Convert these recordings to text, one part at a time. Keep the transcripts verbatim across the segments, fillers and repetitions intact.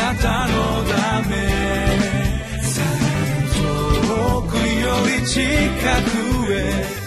なたのため、遠くより近くへ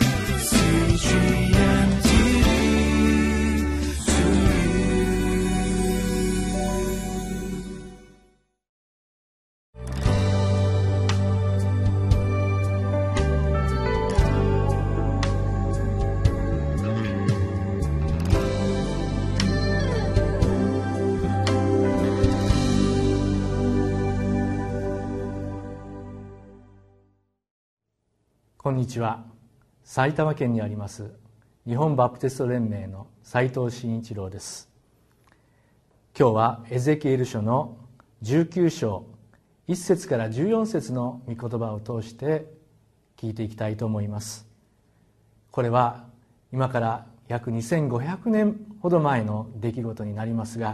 こんにちは。埼玉県にあります日本バプテスト連盟の斉藤真一郎です。今日はエゼキエル書のじゅうきゅう章いっ節からじゅうよん節の御言葉を通して聞いていきたいと思います。これは今から約にせんごひゃくねんほど前の出来事になりますが、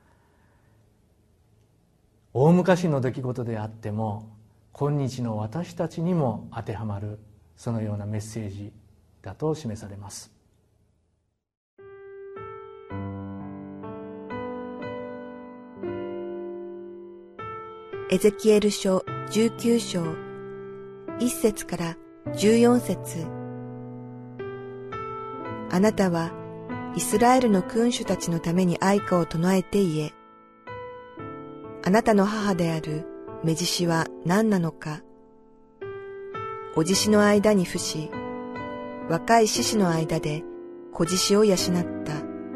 大昔の出来事であっても今日の私たちにも当てはまる、そのようなメッセージだと示されます。 エゼキエル書じゅうきゅう章いっ節からじゅうよん節。あなたはイスラエルの君主たちのために哀歌を唱えて言え。あなたの母である目獅子は何なのか。お獅子の間に伏し、若い獅子の間で子獅子を養った。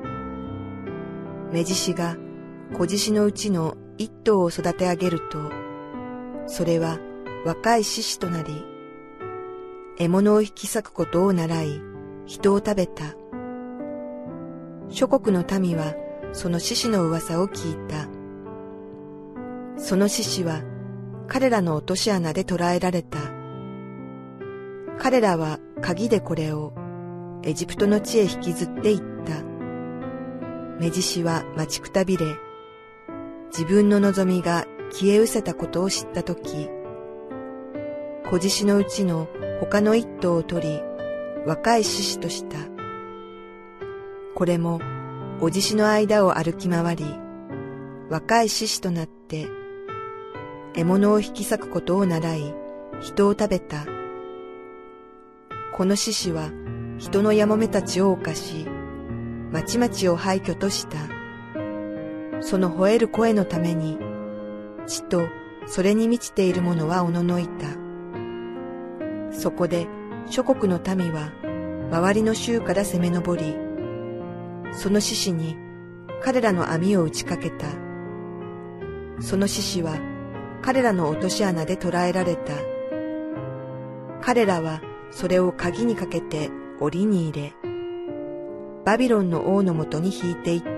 目獅子が子獅子のうちの一頭を育て上げると、それは若い獅子となり、獲物を引き裂くことを習い、人を食べた。諸国の民はその獅子の噂を聞いた。その獅子は彼らの落とし穴で捕らえられた。彼らは鍵でこれをエジプトの地へ引きずって行った。目獅子は待ちくたびれ、自分の望みが消え失せたことを知ったとき、子獅子のうちの他の一頭を取り、若い獅子とした。これもお獅子の間を歩き回り、若い獅子となって、獲物を引き裂くことを習い、人を食べた。この獅子は人のやもめたちを侵し、町々を廃墟とした。その吠える声のために、地とそれに満ちているものはおののいた。そこで諸国の民は周りの州から攻め上り、その獅子に彼らの網を打ちかけた。その獅子は彼らの落とし穴で捕らえられた。彼らはそれを鍵にかけて檻に入れ、バビロンの王のもとに引いていった。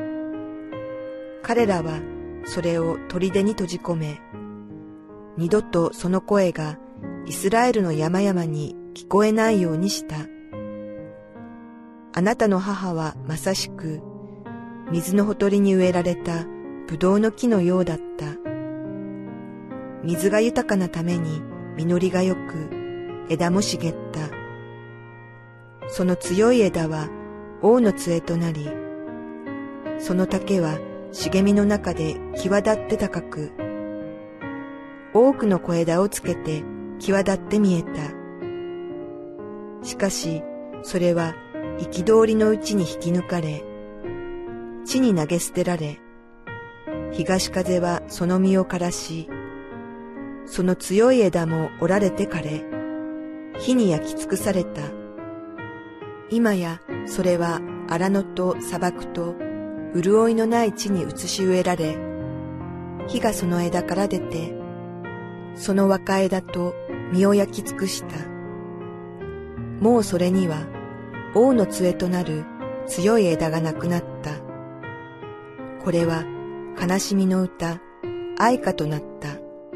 彼らはそれを砦に閉じ込め、二度とその声がイスラエルの山々に聞こえないようにした。あなたの母はまさしく水のほとりに植えられたブドウの木のようだった。水が豊かなために実りがよく、枝も茂った。その強い枝は王の杖となり、その竹は茂みの中で際立って高く、多くの小枝をつけて際立って見えた。しかし、それは憤りのうちに引き抜かれ、地に投げ捨てられ、東風はその実を枯らし、その強い枝も折られて枯れ、火に焼き尽くされた。今やそれは荒野と砂漠と潤いのない地に移し植えられ、火がその枝から出て、その若枝と実を焼き尽くした。もうそれには王の杖となる強い枝がなくなった。これは悲しみの歌、哀歌となった。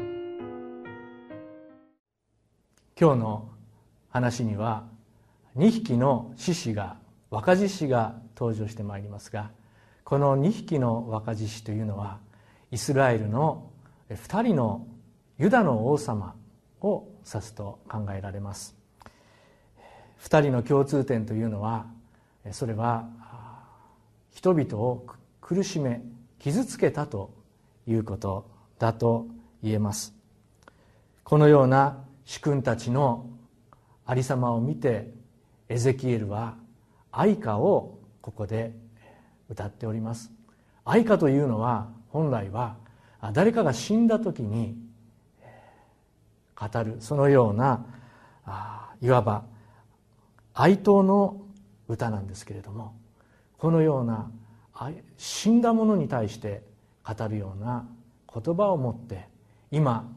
今日の話にはにひきの獅子が、若獅子が登場してまいりますが、このにひきの若獅子というのはイスラエルのふたりのユダの王様を指すと考えられます。ふたりの共通点というのは、それは人々を苦しめ傷つけたということだと言えます。このような主君たちのありさまを見て、エゼキエルは哀歌をここで歌っております。哀歌というのは本来は誰かが死んだ時に語る、そのようないわば哀悼の歌なんですけれども、このような死んだ者に対して語るような言葉を持って、今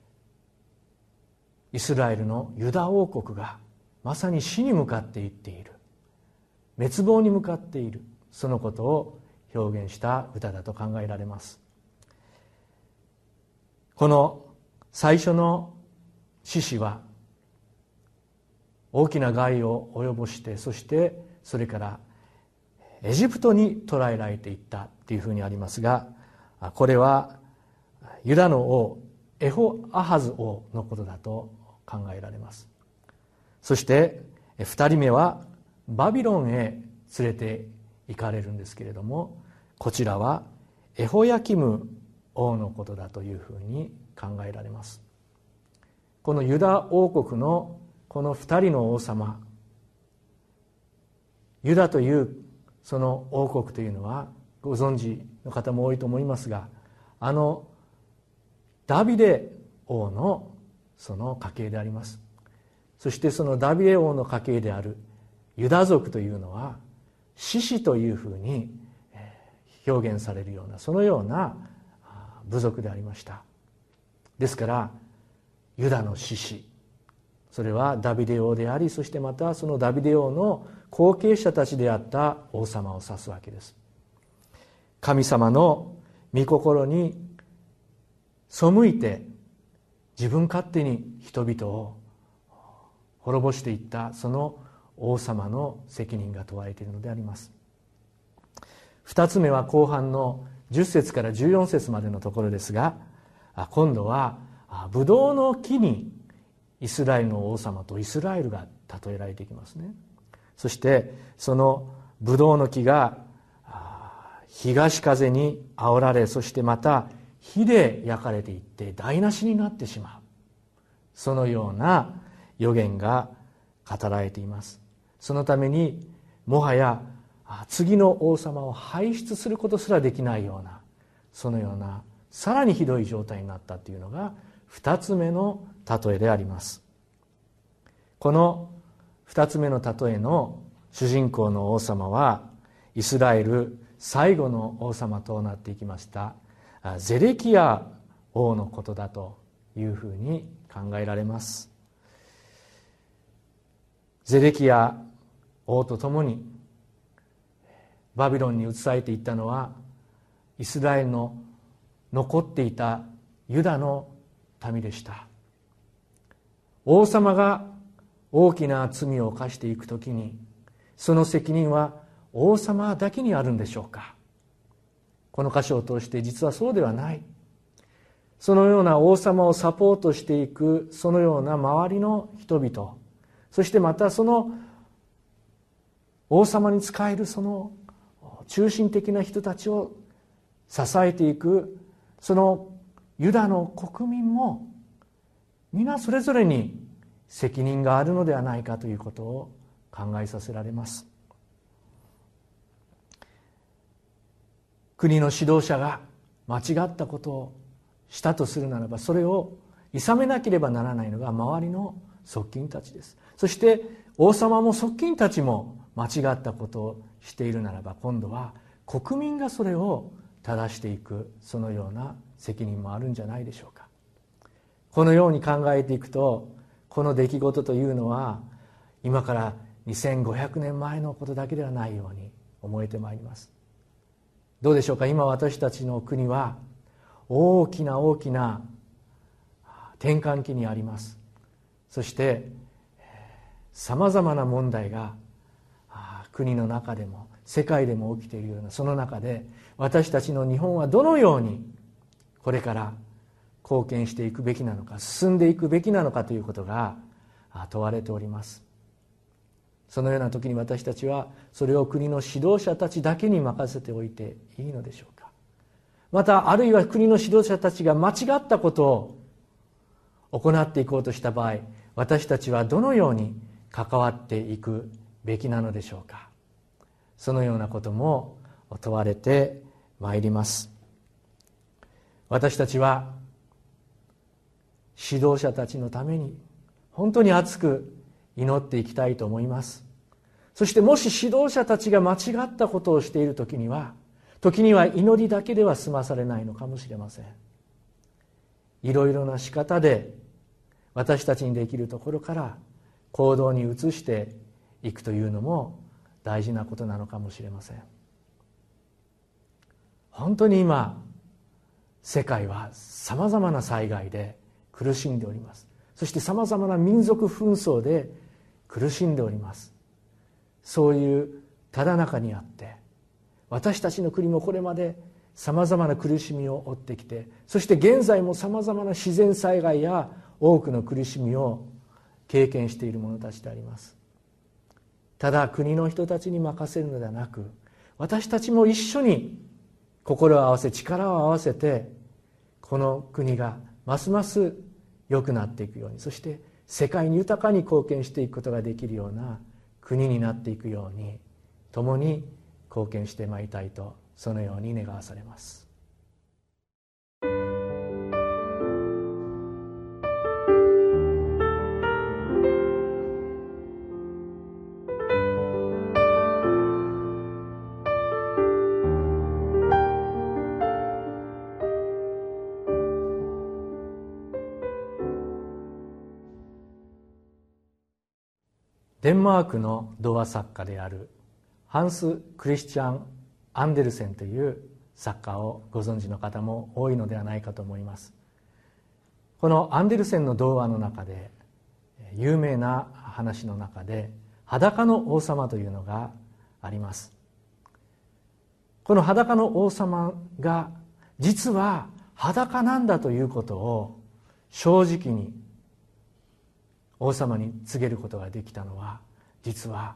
イスラエルのユダ王国がまさに死に向かっていっている、滅亡に向かっている、そのことを表現した歌だと考えられます。この最初の獅子は大きな害を及ぼして、そしてそれからエジプトに捕らえられていったというふうにありますが、これはユダの王エホアハズ王のことだと考えられます。そして二人目はバビロンへ連れて行かれるんですけれども、こちらはエホヤキム王のことだというふうに考えられます。このユダ王国のこの二人の王様、ユダというその王国というのはご存知の方も多いと思いますが、あのダビデ王のその家系であります。そしてそのダビデ王の家系であるユダ族というのは獅子というふうに表現されるような、そのような部族でありました。ですからユダの獅子、それはダビデ王であり、そしてまたそのダビデ王の後継者たちであった王様を指すわけです。神様の御心に背いて自分勝手に人々を滅ぼしていったその王様の責任が問われているのであります。二つ目は後半のじゅっ節からじゅうよん節までのところですが、今度はブドウの木にイスラエルの王様とイスラエルが例えられていきますね。そしてそのブドウの木が東風に煽られ、そしてまた火で焼かれていって台無しになってしまう、そのような予言が語られています。そのためにもはや次の王様を輩出することすらできないような、そのようなさらにひどい状態になったというのが二つ目の例えであります。この二つ目の例えの主人公の王様はイスラエル最後の王様となっていきましたゼデキヤ王のことだというふうに考えられます。ゼデキヤ王と共にバビロンに移されていったのはイスラエルの残っていたユダの民でした。王様が大きな罪を犯していくときに、その責任は王様だけにあるんでしょうか。この箇所を通して実はそうではない。そのような王様をサポートしていくそのような周りの人々、そしてまたその王様に仕えるその中心的な人たちを支えていくそのユダの国民も皆それぞれに責任があるのではないかということを考えさせられます。国の指導者が間違ったことをしたとするならば、それを諌めなければならないのが周りの側近たちです。そして王様も側近たちも間違ったことをしているならば、今度は国民がそれを正していく、そのような責任もあるんじゃないでしょうか。このように考えていくと、この出来事というのは今からにせんごひゃくねんまえのことだけではないように思えてまいります。どうでしょうか。今私たちの国は大きな大きな転換期にあります。そしてさまざまな問題が国の中でも世界でも起きているような、その中で私たちの日本はどのようにこれから貢献していくべきなのか、進んでいくべきなのかということが問われております。そのような時に私たちはそれを国の指導者たちだけに任せておいていいのでしょうか。 またあるいは国の指導者たちが間違ったことを行っていこうとした場合、私たちはどのように関わっていくべきなのでしょうか。そのようなことも問われてまいります。私たちは指導者たちのために本当に熱く祈っていきたいと思います。そしてもし指導者たちが間違ったことをしているときには、時には祈りだけでは済まされないのかもしれません。いろいろな仕方で私たちにできるところから行動に移していくというのも大事なことなのかもしれません。本当に今世界はさまざまな災害で苦しんでおります。そしてさまざまな民族紛争で苦しんでおります。そういうただ中にあって、私たちの国もこれまでさまざまな苦しみを負ってきて、そして現在もさまざまな自然災害や多くの苦しみを経験している者たちであります。ただ国の人たちに任せるのではなく、私たちも一緒に心を合わせ力を合わせて、この国がますます良くなっていくように、そして世界に豊かに貢献していくことができるような国になっていくように、共に貢献してまいりたいと、そのように願わされます。デンマークの童話作家であるハンス・クリスチャン・アンデルセンという作家をご存知の方も多いのではないかと思います。このアンデルセンの童話の中で、有名な話の中で裸の王様というのがあります。この裸の王様が実は裸なんだということを正直に王様に告げることができたのは、実は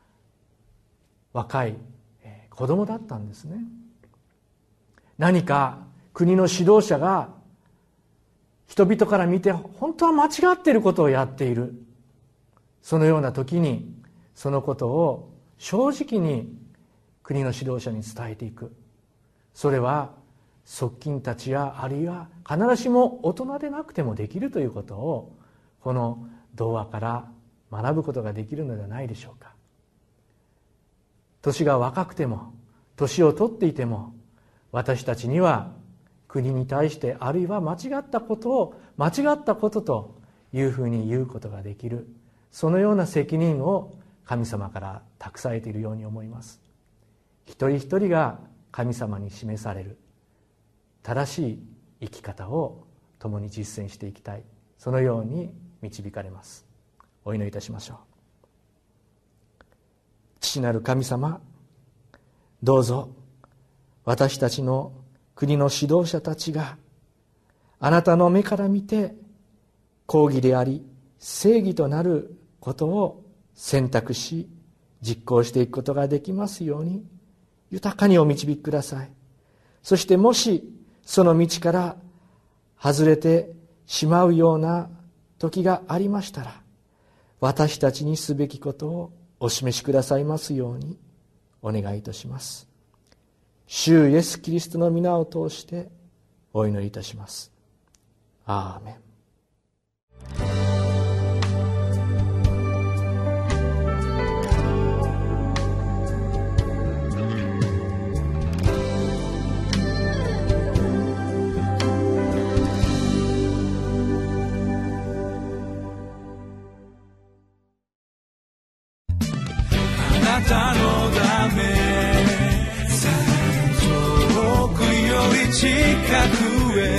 若い子供だったんですね。何か国の指導者が人々から見て本当は間違っていることをやっている、そのような時にそのことを正直に国の指導者に伝えていく。それは側近たちや、あるいは必ずしも大人でなくてもできるということを、この童話から学ぶことができるのではないでしょうか。年が若くても年を取っていても、私たちには国に対して、あるいは間違ったことを間違ったことというふうに言うことができる、そのような責任を神様から託されているように思います。一人一人が神様に示される正しい生き方を共に実践していきたい、そのように導かれます。お祈りいたしましょう。父なる神様、どうぞ私たちの国の指導者たちがあなたの目から見て公義であり正義となることを選択し実行していくことができますように豊かにお導きください。そしてもしその道から外れてしまうような時がありましたら、私たちにすべきことをお示しくださいますようにお願いいたします。主イエスキリストの皆を通してお祈りいたします。アーメン。 あなたのため遠くより近くへ